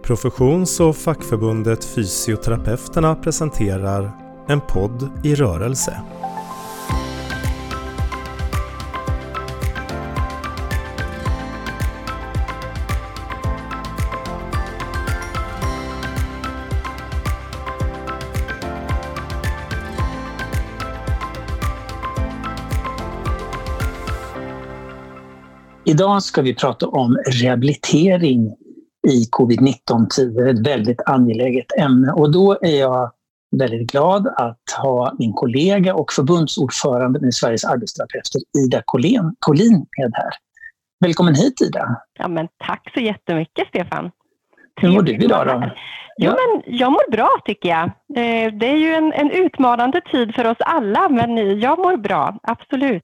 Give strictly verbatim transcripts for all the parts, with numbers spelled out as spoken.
Professions- och fackförbundet Fysioterapeuterna presenterar En podd i rörelse. Idag ska vi prata om rehabilitering i covid nitton-tider, ett väldigt angeläget ämne. Och då är jag väldigt glad att ha min kollega och förbundsordförande med Sveriges arbetsterapeuter, Ida Collin, Collin med här. Välkommen hit, Ida. Ja, men tack så jättemycket, Stefan. Hur mår du idag då? Jo, ja. men jag mår bra tycker jag. Det är ju en, en utmanande tid för oss alla, men jag mår bra, absolut.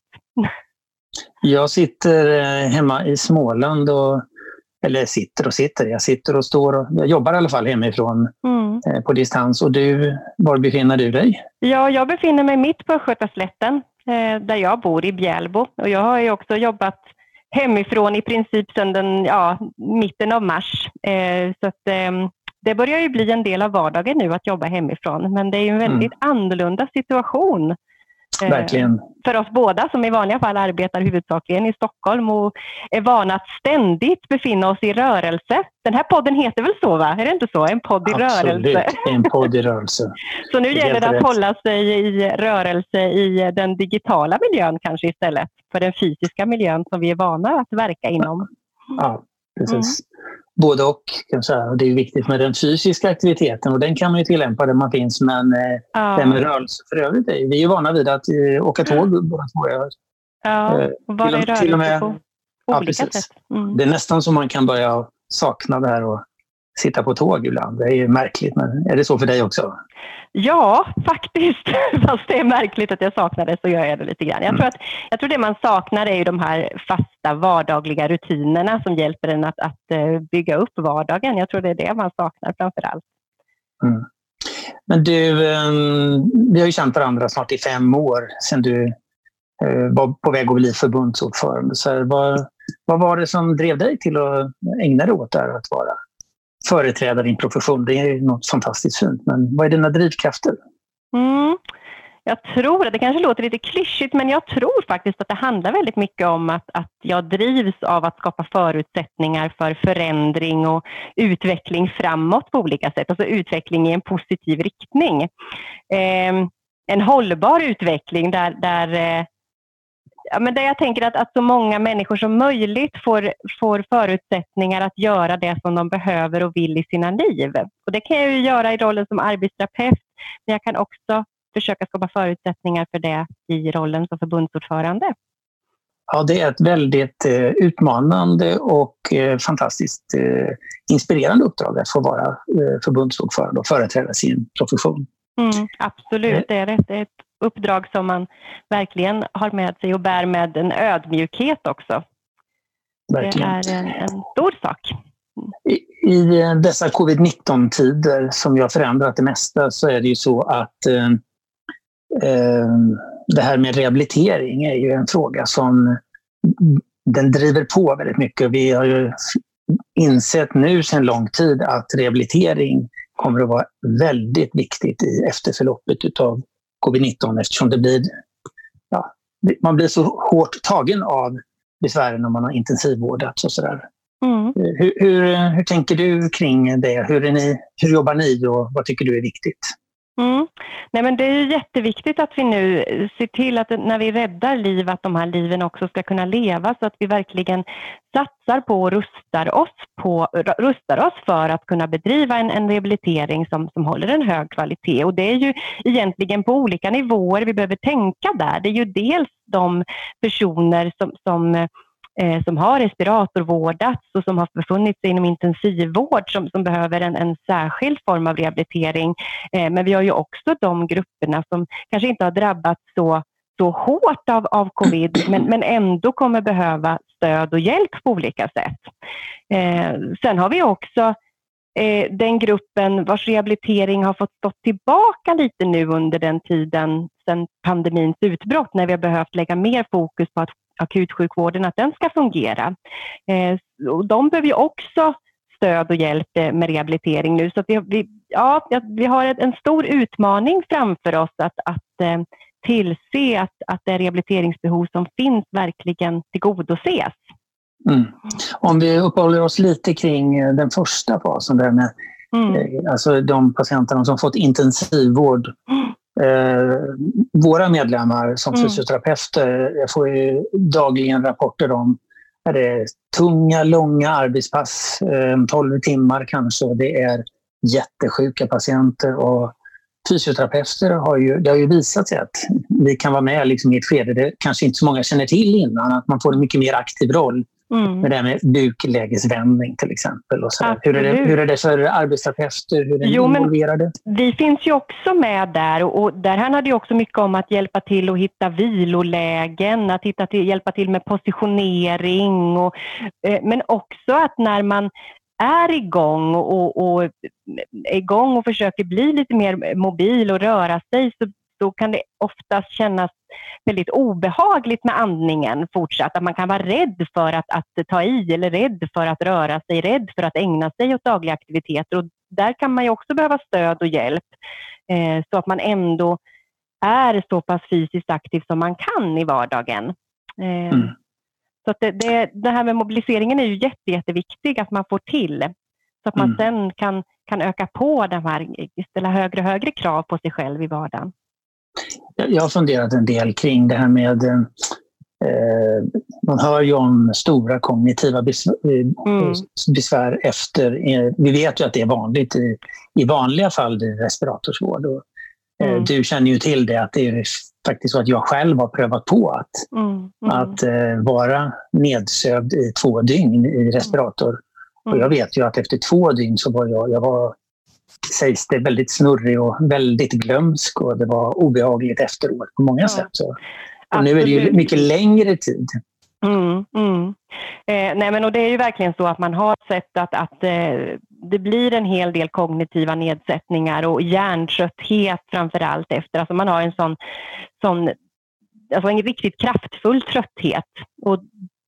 Jag sitter hemma i Småland, och, eller sitter och sitter, jag sitter och står och jag jobbar i alla fall hemifrån mm. eh, på distans. Och du, var befinner du dig? Ja, jag befinner mig mitt på Östgötaslätten eh, där jag bor i Bjälbo. Och jag har ju också jobbat hemifrån i princip sedan den, ja, mitten av mars. Eh, så att, eh, det börjar ju bli en del av vardagen nu att jobba hemifrån. Men det är ju en väldigt mm. annorlunda situation. Verkligen. För oss båda som i vanliga fall arbetar huvudsakligen i Stockholm och är vana att ständigt befinna oss i rörelse. Den här podden heter väl så, va? Är det inte så? En podd i Absolut, rörelse. en podd i rörelse. Så nu gäller det att hålla sig i rörelse i den digitala miljön kanske istället för den fysiska miljön som vi är vana att verka inom. Ja, precis. Mm. Både och, kan jag säga. Det är viktigt med den fysiska aktiviteten och den kan man ju tillämpa där man finns, men ja. det med rörelse för övrigt är vi är ju vana vid att uh, åka tåg mm. båda två. Ja, och bara rörelse till och med, på ja, olika precis. sätt. Mm. Det är nästan som man kan börja sakna det här och sitta på tåg ibland. Det är ju märkligt, men är det så för dig också? Ja, faktiskt. Fast det är märkligt att jag saknar det, så gör jag det lite grann. Jag, mm. tror, att, jag tror det man saknar är ju de här fasta vardagliga rutinerna som hjälper en att, att bygga upp vardagen. Jag tror det är det man saknar framför allt. Mm. Men du, vi har ju känt varandra snart i fem år sedan du var på väg att bli förbundsordförande. Så vad, vad var det som drev dig till att ägna dig åt det här, att vara företrädare i en profession? Det är ju något fantastiskt fint, men vad är dina drivkrafter? Mm. Jag tror att det kanske låter lite klyschigt, men jag tror faktiskt att det handlar väldigt mycket om att, att jag drivs av att skapa förutsättningar för förändring och utveckling framåt på olika sätt. Alltså utveckling i en positiv riktning. Eh, en hållbar utveckling där, där eh, Ja, men där jag tänker att, att så många människor som möjligt får, får förutsättningar att göra det som de behöver och vill i sina liv. Och det kan jag ju göra i rollen som arbetsterapeut, men jag kan också försöka skapa förutsättningar för det i rollen som förbundsordförande. Ja, det är ett väldigt eh, utmanande och eh, fantastiskt eh, inspirerande uppdrag att få vara eh, förbundsordförande och företräda sin profession. Mm, absolut, det är, det är ett uppdrag som man verkligen har med sig och bär med en ödmjukhet också. Verkligen. Det är en, en stor sak. I, I dessa covid nitton-tider som har förändrat det mesta, så är det ju så att eh, eh, det här med rehabilitering är ju en fråga som den driver på väldigt mycket. Vi har ju insett nu sedan lång tid att rehabilitering kommer att vara väldigt viktigt i efterförloppet utav covid nitton, eftersom det blir, ja, man blir så hårt tagen av besvären när man har intensivvårdats och sådär. Mm. Hur, hur, hur tänker du kring det? Hur, är ni, hur jobbar ni och vad tycker du är viktigt? Mm. Nej, men det är ju jätteviktigt att vi nu ser till att när vi räddar liv, att de här liven också ska kunna leva, så att vi verkligen satsar på och rustar oss, på, rustar oss för att kunna bedriva en, en rehabilitering som, som håller en hög kvalitet. Och det är ju egentligen på olika nivåer vi behöver tänka där. Det är ju dels de personer som, som Eh, som har respiratorvårdats och som har befunnit sig inom intensivvård som, som behöver en, en särskild form av rehabilitering. Eh, men vi har ju också de grupperna som kanske inte har drabbats så, så hårt av, av covid, men, men ändå kommer behöva stöd och hjälp på olika sätt. Eh, sen har vi också eh, den gruppen vars rehabilitering har fått stå tillbaka lite nu under den tiden sedan pandemins utbrott, när vi har behövt lägga mer fokus på att akutsjukvården, att den ska fungera. Eh, och de behöver ju också stöd och hjälp med rehabilitering nu. Så att vi, vi, ja, vi har en stor utmaning framför oss att, att tillse att, att det rehabiliteringsbehov som finns verkligen tillgodoses. Mm. Om vi uppehåller oss lite kring den första fasen där med mm. alltså de patienterna som fått intensivvård. Mm. Eh, våra medlemmar som mm. fysioterapeuter, jag får ju dagligen rapporter om är det tunga, långa arbetspass, eh, tolv timmar kanske. Det är jättesjuka patienter och fysioterapeuter har ju, det har ju visat sig att vi kan vara med liksom i ett skede det kanske inte så många känner till innan, att man får en mycket mer aktiv roll mm. med det här med buklägesvändning till exempel. Och så hur, är det, hur är det för arbetsterapeuter? Hur är det jo, involverade? Vi finns ju också med där och, och där handlar det också mycket om att hjälpa till att hitta vilolägen, att hitta till, hjälpa till med positionering och, eh, men också att när man är igång och, och är igång och försöker bli lite mer mobil och röra sig, så då kan det oftast kännas väldigt obehagligt med andningen fortsatt. Att man kan vara rädd för att, att ta i eller rädd för att röra sig, rädd för att ägna sig åt dagliga aktiviteter. Och där kan man ju också behöva stöd och hjälp eh, så att man ändå är så pass fysiskt aktiv som man kan i vardagen. Eh, mm. Så att det, det, det här med mobiliseringen är ju jätte, jätteviktigt att man får till. Så att man mm. sen kan, kan öka på de här, ställa högre och högre krav på sig själv i vardagen. Jag har funderat en del kring det här med, eh, man hör ju om stora kognitiva besvär, mm. besvär efter, eh, vi vet ju att det är vanligt i, i vanliga fall i respiratorsvård. Och, eh, mm. Du känner ju till det, att det är faktiskt så att jag själv har prövat på att, mm. Mm. att eh, vara nedsövd i två dygn i respirator. Mm. Och jag vet ju att efter två dygn så var jag, jag var, sägs det, väldigt snurrig och väldigt glömsk och det var obehagligt efteråt på många ja. sätt. Så. Och nu är det ju mycket längre tid. Mm, mm. Eh, nej men och det är ju verkligen så att man har sett att, att eh, det blir en hel del kognitiva nedsättningar och hjärntrötthet framför allt efter. Alltså man har en sån, sån alltså en riktigt kraftfull trötthet och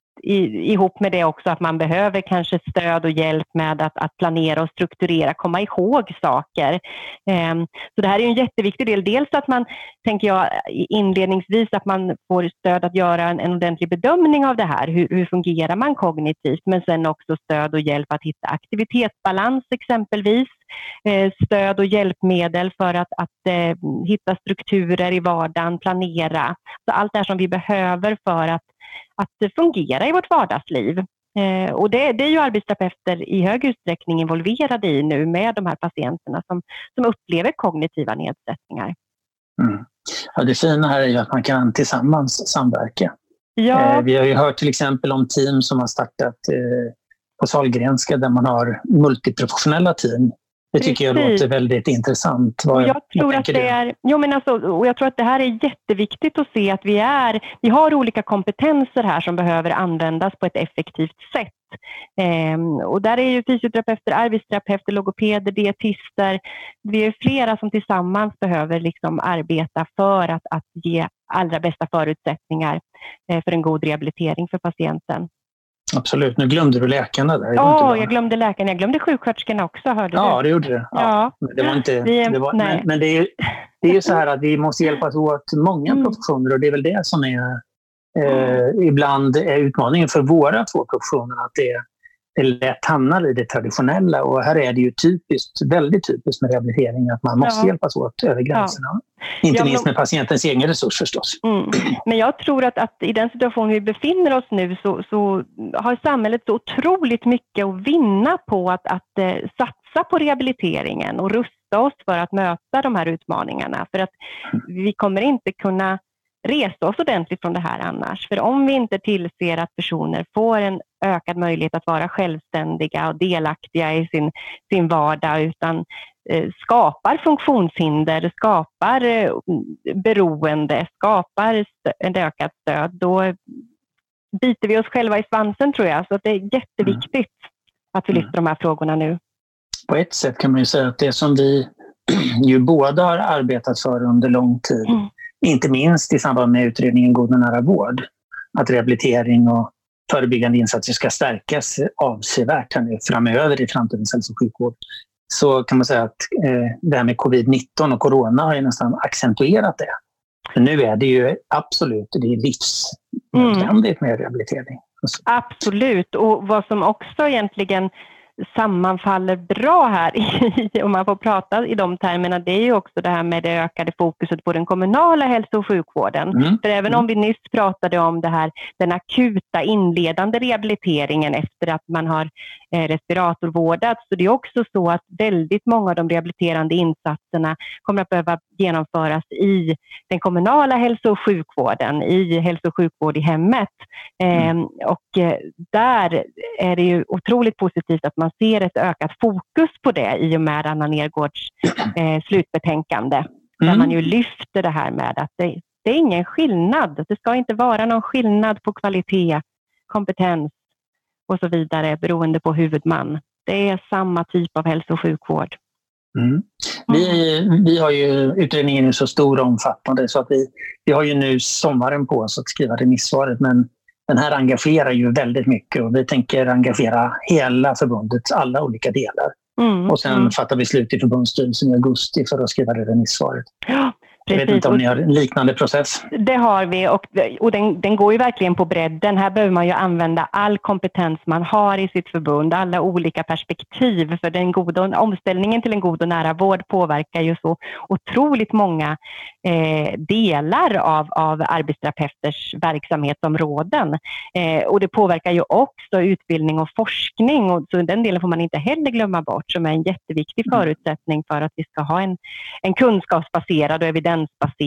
I, ihop med det också att man behöver kanske stöd och hjälp med att, att planera och strukturera, komma ihåg saker. Um, så det här är en jätteviktig del. Dels att man, tänker jag inledningsvis, att man får stöd att göra en, en ordentlig bedömning av det här. Hur, hur fungerar man kognitivt? Men sen också stöd och hjälp att hitta aktivitetsbalans exempelvis. Eh, stöd och hjälpmedel för att, att eh, hitta strukturer i vardagen, planera. Så allt det här som vi behöver för att att fungera i vårt vardagsliv. Eh, och det, det är ju arbetsterapeuter i hög utsträckning involverade i nu med de här patienterna som, som upplever kognitiva nedsättningar. Mm. Ja, det fina här är ju att man kan tillsammans samverka. Ja. Eh, vi har ju hört till exempel om team som har startat eh, på Sahlgrenska där man har multiprofessionella team. Det tycker Precis. jag låter väldigt intressant. Vad, jag tror att det är, jo men alltså, och jag tror att det här är jätteviktigt att se att vi är, vi har olika kompetenser här som behöver användas på ett effektivt sätt. Ehm, och där är ju fysioterapeuter, arbetsterapeuter, logopeder, dietister. Vi är flera som tillsammans behöver liksom arbeta för att, att ge allra bästa förutsättningar eh, för en god rehabilitering för patienten. Absolut. Nu glömde du läkarna där. Ja, oh, jag glömde läkarna. Jag glömde sjuksköterskorna också, hörde ja, du? Ja, det gjorde det. Ja. Ja. Men det var inte... Vi, det var, nej. Men, men det är ju det är ju så här att vi måste hjälpas åt många mm. professioner och det är väl det som är eh, ibland är utmaningen för våra två professioner, att det, det lätt hamnar i det traditionella, och här är det ju typiskt, väldigt typiskt med rehabilitering att man måste ja. hjälpas åt över gränserna. Ja. Inte ja, minst med patientens egen resurs förstås. Mm. Men jag tror att, att i den situation vi befinner oss nu så, så har samhället så otroligt mycket att vinna på att, att eh, satsa på rehabiliteringen och rusta oss för att möta de här utmaningarna. För att vi kommer inte kunna resa oss ordentligt från det här annars. För om vi inte tillser att personer får en ökad möjlighet att vara självständiga och delaktiga i sin, sin vardag, utan eh, skapar funktionshinder, skapar eh, beroende, skapar st- en ökad stöd, då biter vi oss själva i svansen, tror jag. Så att det är jätteviktigt mm. att vi lyfter de här frågorna nu. På ett sätt kan man ju säga att det som vi ju båda har arbetat för under lång tid, mm. inte minst i samband med utredningen God och nära vård, att rehabilitering och förebyggande insatser ska stärkas avsevärt här nu framöver i framtidens hälso- och sjukvård, så kan man säga att eh, det här med covid nitton och corona har ju nästan accentuerat det. För nu är det ju absolut, det är livsnödvändigt med rehabilitering. Absolut, och vad som också egentligen sammanfaller bra här i, om man får prata i de termerna, det är ju också det här med det ökade fokuset på den kommunala hälso- och sjukvården. Mm. För även om vi nyss pratade om det här, den akuta inledande rehabiliteringen efter att man har eh, respiratorvårdats, så det är också så att väldigt många av de rehabiliterande insatserna kommer att behöva genomföras i den kommunala hälso- och sjukvården, i hälso- och sjukvård i hemmet. Mm. Eh, och eh, där är det ju otroligt positivt att man ser ett ökat fokus på det i och med Anna Nergårds eh, slutbetänkande. Mm. Där man ju lyfter det här med att det, det är ingen skillnad. Det ska inte vara någon skillnad på kvalitet, kompetens och så vidare beroende på huvudman. Det är samma typ av hälso- och sjukvård. Mm. Vi, vi har ju utredningen är så stor och omfattande så att vi, vi har ju nu sommaren på oss att skriva remissvaret, men den här engagerar ju väldigt mycket och vi tänker engagera hela förbundets alla olika delar. Mm, och sen mm. fattar vi slut i förbundsstyrelsen i augusti för att skriva det remissvaret. Ja, jag vet inte om ni har en liknande process. Det har vi och, och den, den går ju verkligen på bredden. Här behöver man ju använda all kompetens man har i sitt förbund, alla olika perspektiv. För den goda, omställningen till en god och nära vård påverkar ju så otroligt många eh, delar av, av arbetsterapeuters verksamhetsområden. Eh, och det påverkar ju också utbildning och forskning. Och så den delen får man inte heller glömma bort, som är en jätteviktig förutsättning för att vi ska ha en, en kunskapsbaserad och evidensbaserad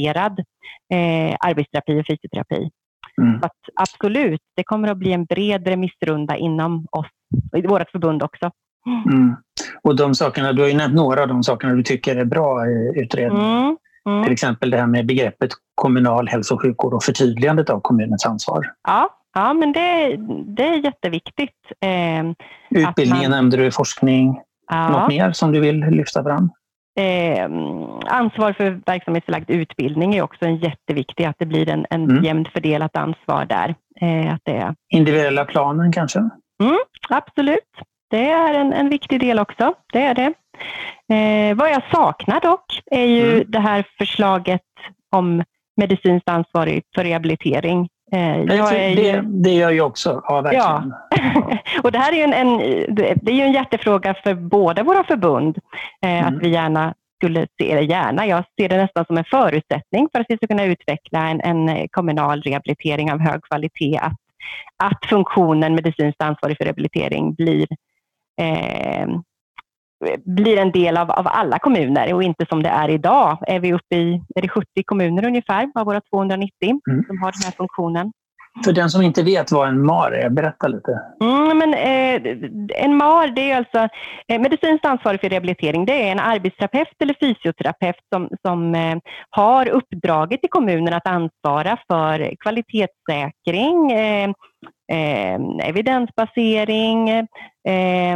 eh, arbetsterapi och fysioterapi. Mm. Så att, absolut, det kommer att bli en bred remissrunda inom oss, i vårt förbund också. Mm. Och de sakerna, du har ju nämnt några av de sakerna du tycker är bra i utredningen. Mm. Mm. Till exempel det här med begreppet kommunal hälso- och sjukvård och förtydligandet av kommunens ansvar. Ja, ja men det, det är jätteviktigt. Eh, Utbildningen man... nämnde du, forskning. Ja. Något mer som du vill lyfta fram? Eh, ansvar för verksamhetsförlagd utbildning är också en jätteviktig, att det blir en, en mm. jämnt fördelat ansvar där. Eh, att det är... Individuella planen kanske? Mm, absolut. Det är en, en viktig del också. Det är det. Eh, vad jag saknar dock är ju mm. det här förslaget om medicinskt ansvar för rehabilitering. Eh, jag är det, ju... det gör jag också. Ja, verkligen. Ja. Och det här är ju en, en, det är ju en hjärtefråga för båda våra förbund. Eh, mm. Att vi gärna skulle se det gärna. Jag ser det nästan som en förutsättning för att vi ska kunna utveckla en, en kommunal rehabilitering av hög kvalitet. Att, att funktionen medicinskt ansvarig för rehabilitering blir eh, blir en del av, av alla kommuner och inte som det är idag. Är vi uppe i är det sjuttio kommuner ungefär av våra tvåhundranittio mm. som har den här funktionen. För den som inte vet vad en M A R är, berätta lite. Mm, men, eh, en M A R, det är alltså eh, medicinskt ansvarig för rehabilitering. Det är en arbetsterapeut eller fysioterapeut som, som eh, har uppdraget i kommunen att ansvara för kvalitetssäkring, eh, eh, evidensbasering, eh,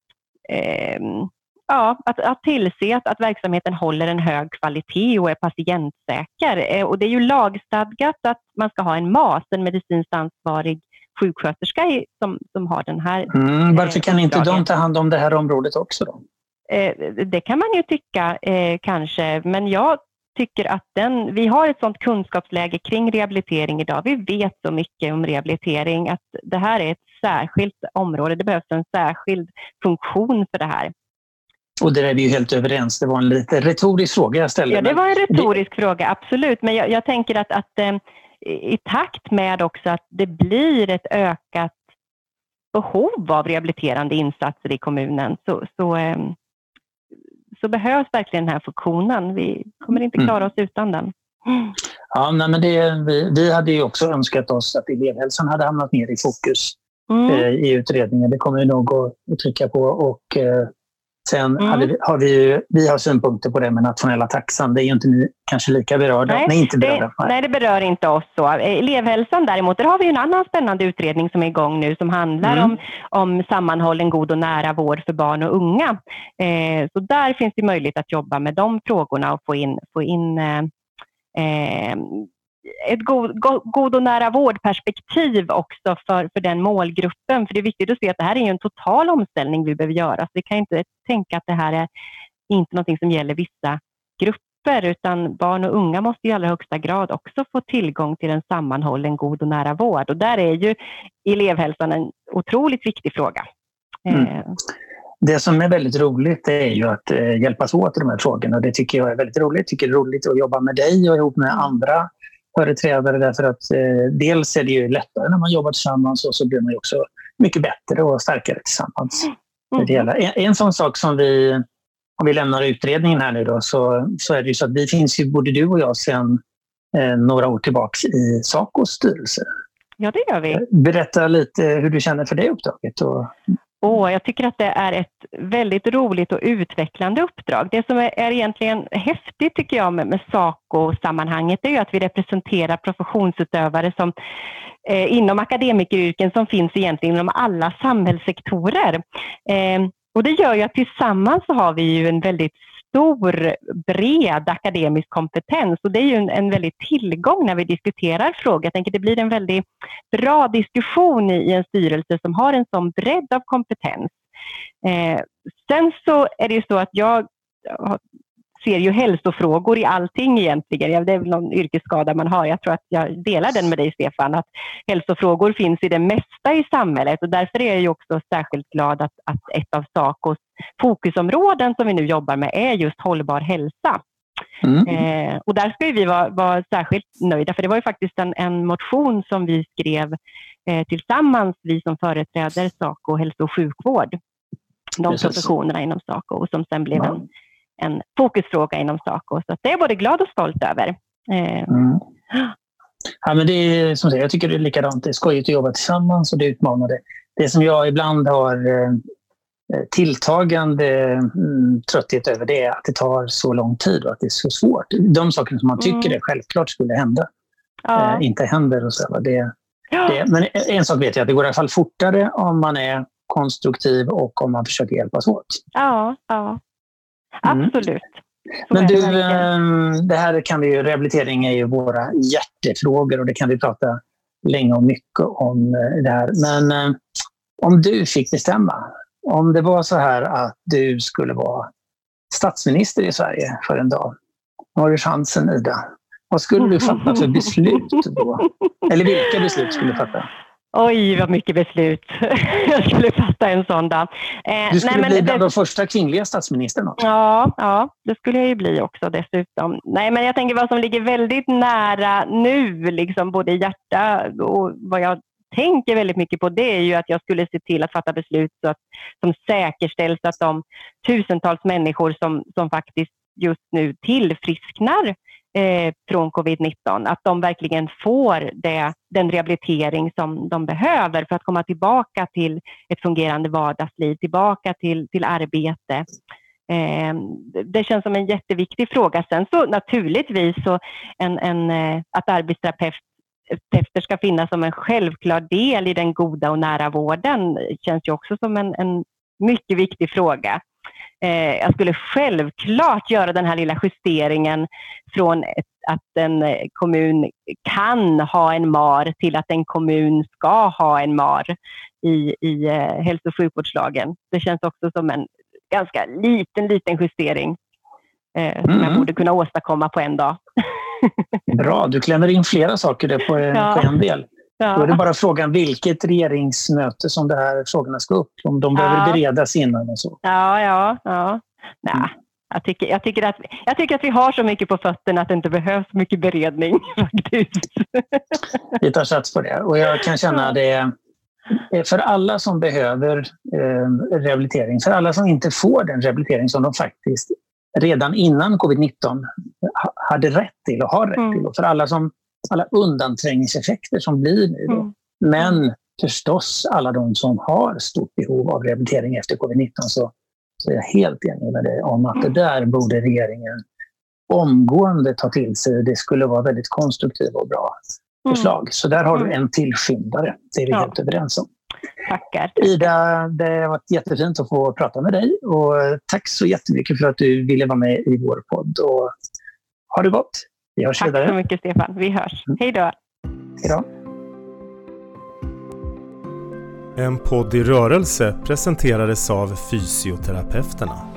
eh, ja, att, att tillse att, att verksamheten håller en hög kvalitet och är patientsäker. Eh, och det är ju lagstadgat att man ska ha en M A S, en medicinskt ansvarig sjuksköterska i, som, som har den här. Mm, varför kan eh, inte de ta hand om det här området också då? Eh, det kan man ju tycka eh, kanske, men jag tycker att den, vi har ett sådant kunskapsläge kring rehabilitering idag. Vi vet så mycket om rehabilitering att det här är ett särskilt område. Det behövs en särskild funktion för det här. Och där är vi ju helt överens. Det var en lite retorisk fråga jag ställde. Ja, det var en retorisk det... fråga, absolut. Men jag, jag tänker att, att eh, i takt med också att det blir ett ökat behov av rehabiliterande insatser i kommunen så, så, eh, så behövs verkligen den här funktionen. Vi kommer inte klara mm. oss utan den. Mm. Ja, nej, men det, vi, vi hade ju också önskat oss att elevhälsan hade hamnat mer i fokus mm. eh, i utredningen. Det kommer vi nog att, att trycka på och eh, Sen mm. hade vi, har vi, vi har synpunkter på det med nationella taxan. Det är ju inte ni kanske lika berörda. Nej, nej, inte berörda. Det, nej, det berör inte oss så. Elevhälsan däremot, där har vi ju en annan spännande utredning som är igång nu som handlar mm. om, om sammanhållen god och nära vård för barn och unga. Eh, så där finns det möjlighet att jobba med de frågorna och få in, få in eh, ett god, god, god och nära vårdperspektiv också för, för den målgruppen. För det är viktigt att se att det här är en total omställning vi behöver göra. Så vi kan inte tänka att det här är inte någonting som gäller vissa grupper, utan barn och unga måste i allra högsta grad också få tillgång till en sammanhållen god och nära vård. Och där är ju elevhälsan en otroligt viktig fråga. Mm. Det som är väldigt roligt är ju att eh, hjälpas åt i de här frågorna. Det tycker jag är väldigt roligt. Jag tycker det är roligt att jobba med dig och ihop med andra företrädare, därför att eh, dels är det ju lättare när man jobbar tillsammans, och så blir man ju också mycket bättre och starkare tillsammans. Mm. Det gäller. En, en sån sak som vi, om vi lämnar utredningen här nu då, så, så är det ju så att vi finns ju, både du och jag, sedan eh, några år tillbaka i SACOs styrelse. Ja, det gör vi. Berätta lite hur du känner för det uppdraget. Och... Oh, jag tycker att det är ett väldigt roligt och utvecklande uppdrag. Det som är, är egentligen häftigt tycker jag med, med SACO-sammanhanget är ju att vi representerar professionsutövare som, eh, inom akademikeryrken som finns egentligen inom alla samhällssektorer. Eh, och det gör ju att tillsammans så har vi ju en väldigt stor, bred akademisk kompetens, och det är ju en, en väldigt tillgång när vi diskuterar frågor. Jag tänker det blir en väldigt bra diskussion i, i en styrelse som har en sån bredd av kompetens. Eh, sen så är det ju så att jag ser ju hälsofrågor i allting egentligen. Det är väl någon yrkesskada man har. Jag tror att jag delar den med dig, Stefan, att hälsofrågor finns i det mesta i samhället, och därför är jag ju också särskilt glad att, att ett av SACOs fokusområden som vi nu jobbar med är just hållbar hälsa. Mm. Eh, och där ska vi vara, vara särskilt nöjda, för det var ju faktiskt en, en motion som vi skrev eh, tillsammans, vi som företräder SACO hälso- och sjukvård. De Precis. professionerna inom SACO, och som sen blev ja. en en fokusfråga inom SACO. Så att det är både glad och stolt över. Eh. Mm. Ja, men det är, som sagt, jag tycker det är likadant. Det är skojigt att jobba tillsammans, och det utmanar det. Det som jag ibland har eh, tilltagande mm, trötthet över, det är att det tar så lång tid och att det är så svårt. De saker som man tycker mm. är självklart skulle hända ja. eh, inte händer. Och så. Det, ja. det, men en sak vet jag, att det går i alla fall fortare om man är konstruktiv och om man försöker hjälpas åt. Ja, ja. Absolut. Mm. Men du, det här kan vi ju, rehabilitering är ju våra hjärtefrågor, och det kan vi prata länge och mycket om det här. Men om du fick bestämma, om det var så här att du skulle vara statsminister i Sverige för en dag, har du chansen, Ida? Vad skulle du fatta för beslut då? Eller vilka beslut skulle du fatta? Oj, vad mycket beslut jag skulle fatta en sån dag. Eh, du skulle nej, men bli bland det... de första kvinnliga statsministern också. Ja, ja, det skulle jag ju bli också dessutom. Nej, men jag tänker vad som ligger väldigt nära nu, liksom både i hjärta och vad jag tänker väldigt mycket på, det är ju att jag skulle se till att fatta beslut så att, som säkerställs att de tusentals människor som, som faktiskt just nu tillfrisknar Eh, från covid nitton, att de verkligen får det, den rehabilitering som de behöver för att komma tillbaka till ett fungerande vardagsliv, tillbaka till, till arbete. Eh, det känns som en jätteviktig fråga. Sen så naturligtvis så en, en, eh, att arbetsterapeuter ska finnas som en självklar del i den goda och nära vården känns ju också som en, en mycket viktig fråga. Jag skulle självklart göra den här lilla justeringen från ett, att en kommun kan ha en M A R till att en kommun ska ha en M A R i, i hälso- och sjukvårdslagen. Det känns också som en ganska liten, liten justering eh, som mm. jag borde kunna åstadkomma på en dag. Bra, du klämmer in flera saker där på, ja. på en del. Ja. Då är det bara frågan vilket regeringsmöte som det här frågorna ska upp. Om de behöver ja. beredas innan och så. Ja, ja, ja. Nej, mm. jag, tycker, jag, tycker att, jag tycker att vi har så mycket på fötterna att det inte behövs mycket beredning faktiskt. Vi tar sats på det. Och jag kan känna det för alla som behöver eh, rehabilitering, för alla som inte får den rehabilitering som de faktiskt redan innan covid nitton hade rätt till och har rätt mm. till. Och för alla som alla undanträngningseffekter som blir nu då. Mm. Men förstås alla de som har stort behov av rehabilitering efter covid nitton, så, så är jag helt enig med dig om att det där borde regeringen omgående ta till sig. Det skulle vara väldigt konstruktiva och bra förslag. Mm. Så där har du en tillskyndare. Det är vi ja. helt överens om. Tackar. Ida, det har varit jättefint att få prata med dig, och tack så jättemycket för att du ville vara med i vår podd, och ha det gott. Vi hörs Tack vidare. så mycket, Stefan. Vi hörs. Mm. Hej då. Hej då. En podd i rörelse presenterades av Fysioterapeuterna.